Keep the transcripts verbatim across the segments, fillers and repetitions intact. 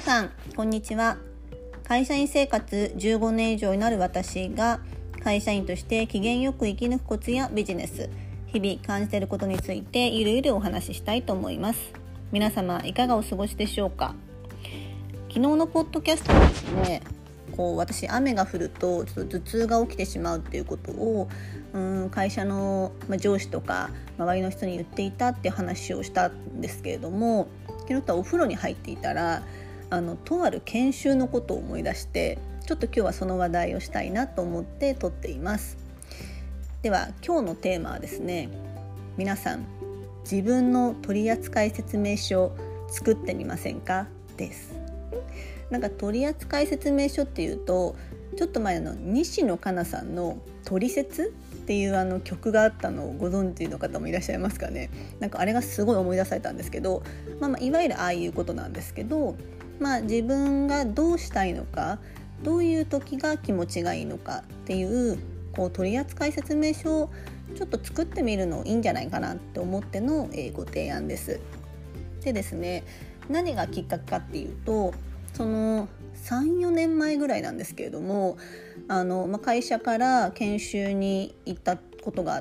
さんこんにちは。会社員生活じゅうごねん以上になる私が会社員として機嫌よく生き抜くコツやビジネス、日々感じていることについてゆるゆるお話ししたいと思います。皆様いかがお過ごしでしょうか。昨日のポッドキャストでですね、こう私雨が降るとちょっと頭痛が起きてしまうっていうことをうん会社の上司とか周りの人に言っていたっていう話をしたんですけれども、昨日とお風呂に入っていたらあのとある研修のことを思い出して、ちょっと今日はその話題をしたいなと思って撮っています。では今日のテーマはですね、皆さん自分の取扱説明書作ってみませんかです。なんか取扱説明書っていうと、ちょっと前の西野カナさんの取説っていうあの曲があったのをご存知の方もいらっしゃいますかね。なんかあれがすごい思い出されたんですけど、まあ、まあいわゆるああいうことなんですけど、まあ自分がどうしたいのか、どういう時が気持ちがいいのかっていうこう取扱説明書をちょっと作ってみるのいいんじゃないかなって思っての、えー、ご提案です。でですね、何がきっかけかっていうと、その さん,よ 年前ぐらいなんですけれども、あの、まあ、会社から研修に行ったことがあって、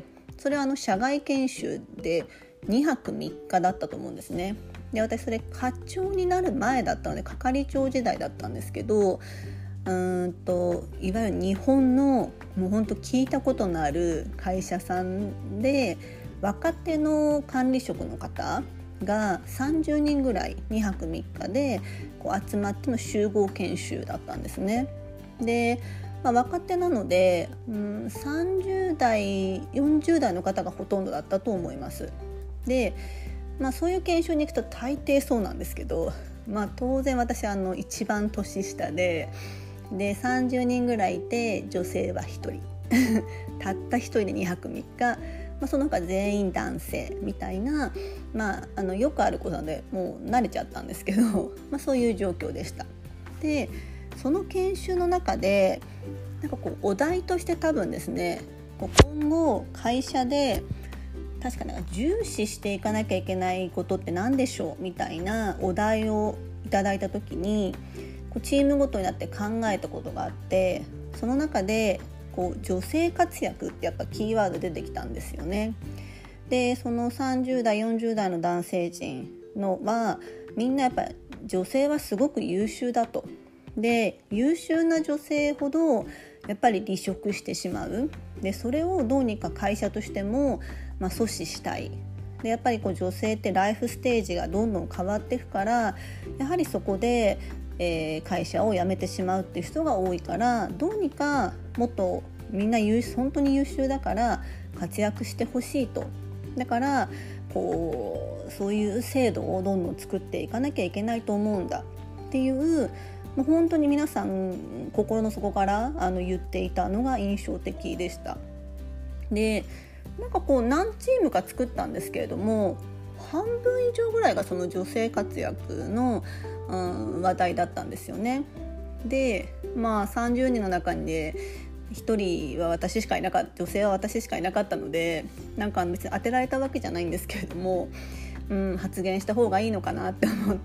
それはあの社外研修でにはくみっかだったと思うんですね。で私それ課長になる前だったので係長時代だったんですけど、うーんといわゆる日本のもう本当聞いたことのある会社さんで若手の管理職の方がさんじゅうにんぐらいにはくみっかでこう集まっての集合研修だったんですね。で、まあ、若手なので、うん、さんじゅう代よんじゅう代の方がほとんどだったと思います。で、まあ、そういう研修に行くと大抵そうなんですけど、まあ、当然私あの一番年下ででさんじゅうにんぐらいいて女性はひとりたったひとりでにはくみっか、まあ、その他全員男性みたいな、まあ、あのよくあることなのでもう慣れちゃったんですけど、まあ、そういう状況でした。でその研修の中でなんかこうお題として多分ですね、こう今後会社で確かなんか重視していかなきゃいけないことって何でしょうみたいなお題をいただいた時に、こうチームごとになって考えたことがあって、その中でこう女性活躍ってやっぱキーワード出てきたんですよね。でそのさんじゅう代よんじゅう代の男性陣のはみんなやっぱ女性はすごく優秀だと。で優秀な女性ほどやっぱり離職してしまう。でそれをどうにか会社としても、まあ、阻止したい。でやっぱりこう女性ってライフステージがどんどん変わっていくから、やはりそこで、えー、会社を辞めてしまうっていう人が多いから、どうにかもっとみんな優秀本当に優秀だから活躍してほしいと。だからこうそういう制度をどんどん作っていかなきゃいけないと思うんだっていう、もう本当に皆さん心の底からあの言っていたのが印象的でした。でなんかこう何チームか作ったんですけれども、半分以上ぐらいがその女性活躍の、うん、話題だったんですよね。でまあさんじゅうにんの中にでひとりは私しかいなかった、女性は私しかいなかったので、なんか別に当てられたわけじゃないんですけれども、うん、発言した方がいいのかなって思って、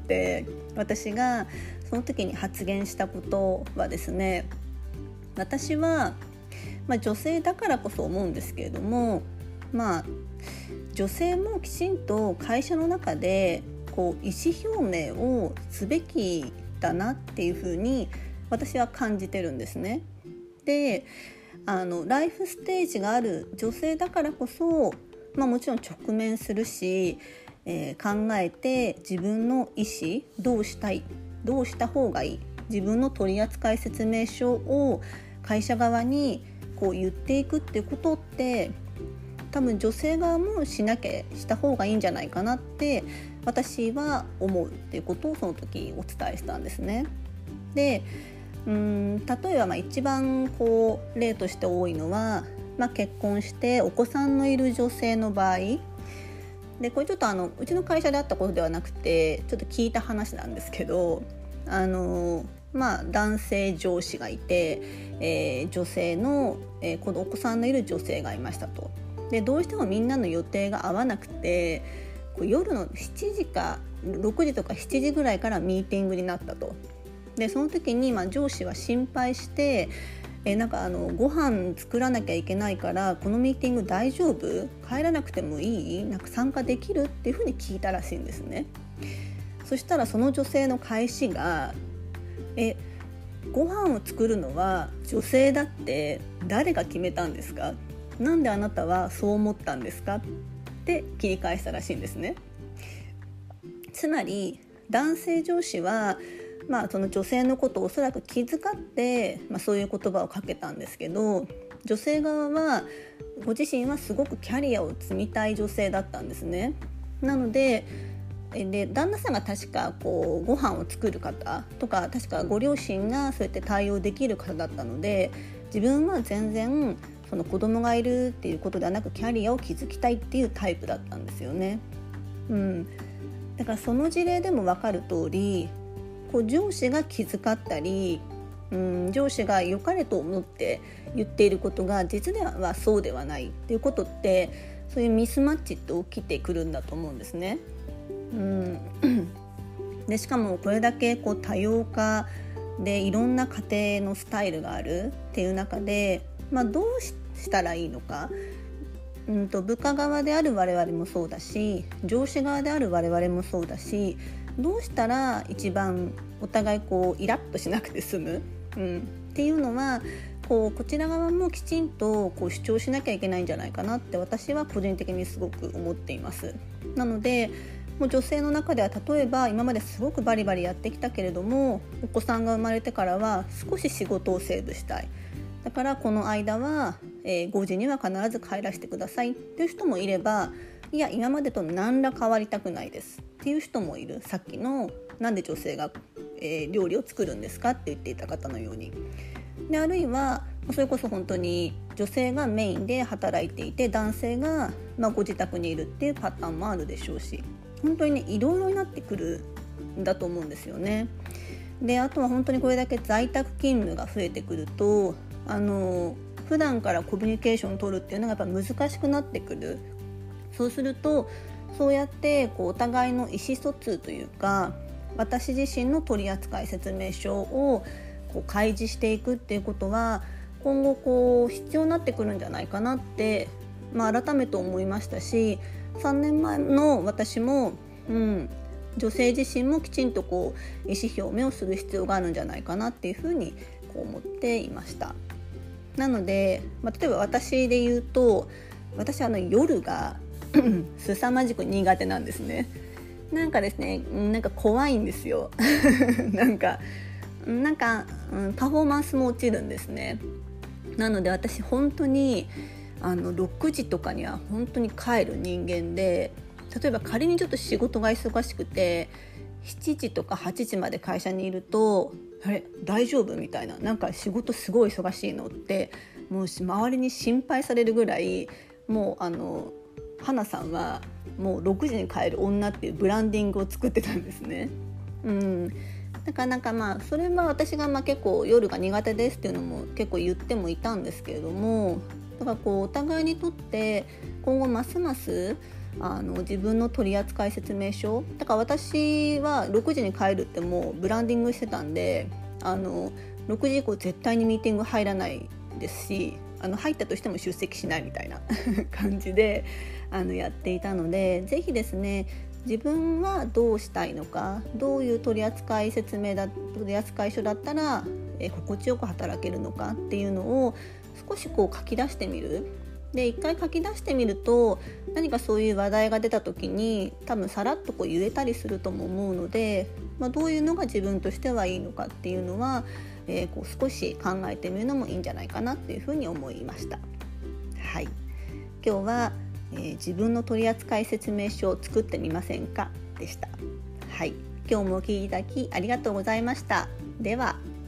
私がその時に発言したことはですね、私は、まあ、女性だからこそ思うんですけれども、まあ女性もきちんと会社の中でこう意思表明をすべきだなっていうふうに私は感じてるんですね。であのライフステージがある女性だからこそ、まあ、もちろん直面するし、えー、考えて自分の意思どうしたい、どうした方がいい、自分の取扱説明書を会社側にこう言っていくっていうことって多分女性側もしなきゃした方がいいんじゃないかなって私は思うっていうことをその時お伝えしたんですね。でうーん例えばまあ一番こう例として多いのは、まあ、結婚してお子さんのいる女性の場合で、これちょっとあのうちの会社であったことではなくてちょっと聞いた話なんですけど、あのまあ男性上司がいて、えー、女性の、えー、お子さんのいる女性がいましたと。でどうしてもみんなの予定が合わなくて、 こう夜のしちじかろくじとかしちじぐらいからミーティングになったと。でその時にまあ上司は心配してえなんかあのご飯作らなきゃいけないからこのミーティング大丈夫？帰らなくてもいい？なんか参加できる？っていうふうに聞いたらしいんですね。そしたらその女性の返しがえご飯を作るのは女性だって誰が決めたんですか？なんであなたはそう思ったんですか？って切り返したらしいんですね。つまり男性上司はまあ、その女性のことをおそらく気遣って、まあ、そういう言葉をかけたんですけど、女性側はご自身はすごくキャリアを積みたい女性だったんですね。なので、で旦那さんが確かこうご飯を作る方とか、確かご両親がそうやって対応できる方だったので、自分は全然その子供がいるっていうことではなくキャリアを築きたいっていうタイプだったんですよね。うん、だからその事例でも分かる通り、こう上司が気遣ったり、うん、上司が良かれと思って言っていることが実ではそうではないっていうことって、そういうミスマッチって起きてくるんだと思うんですね。うん、でしかもこれだけこう多様化でいろんな家庭のスタイルがあるっていう中で、まあ、どうしたらいいのか、うんと部下側である我々もそうだし、上司側である我々もそうだし、どうしたら一番お互いこうイラッとしなくて済む、うん、っていうのはこうこちら側もきちんとこう主張しなきゃいけないんじゃないかなって私は個人的にすごく思っています。なのでもう女性の中では例えば今まですごくバリバリやってきたけれども、お子さんが生まれてからは少し仕事をセーブしたい、だからこの間は、えー、ごじには必ず帰らせてくださいっていう人もいれば、いや今までと何ら変わりたくないですっていう人もいる。さっきのなんで女性が、えー、料理を作るんですかって言っていた方のように。であるいはそれこそ本当に女性がメインで働いていて男性が、まあ、ご自宅にいるっていうパターンもあるでしょうし、本当にねいろいろになってくるんだと思うんですよね。であとは本当にこれだけ在宅勤務が増えてくると、あの普段からコミュニケーションを取るっていうのがやっぱ難しくなってくる。そうするとそうやってこうお互いの意思疎通というか、私自身の取扱説明書をこう開示していくっていうことは今後こう必要になってくるんじゃないかなって、まあ、改めて思いましたし、さんねんまえの私も、うん、女性自身もきちんとこう意思表明をする必要があるんじゃないかなっていうふうにこう思っていました。なので、まあ、例えば私で言うと、私はあの夜が凄まじく苦手なんですね。なんかですね、なんか怖いんですよなんかなんか、うん、パフォーマンスも落ちるんですね。なので私本当にあのろくじとかには本当に帰る人間で、例えば仮にちょっと仕事が忙しくてしちじとかはちじまで会社にいると、あれ大丈夫みたいな、なんか仕事すごい忙しいのってもう周りに心配されるぐらい、もうあの花さんはもうろくじに帰る女っていうブランディングを作ってたんですね。うん、なかなかまあそれは私がまあ結構夜が苦手ですっていうのも結構言ってもいたんですけれども、だからこうお互いにとって今後ますますあの自分の取扱説明書だから、私はろくじに帰るってもうブランディングしてたんで、あのろくじ以降絶対にミーティング入らないですし、あの入ったとしても出席しないみたいな感じであのやっていたので、ぜひですね自分はどうしたいのか、どういう取扱説明だ取扱書だったらえ心地よく働けるのかっていうのを少しこう書き出してみる。で一回書き出してみると何かそういう話題が出た時に多分さらっとこう言えたりするとも思うので、まあ、どういうのが自分としてはいいのかっていうのは、えー、こう少し考えてみるのもいいんじゃないかなっていうふうに思いました。はい、今日は、えー、自分の取扱説明書を作ってみませんかでした。はい、今日もお聞きいただきありがとうございました。では。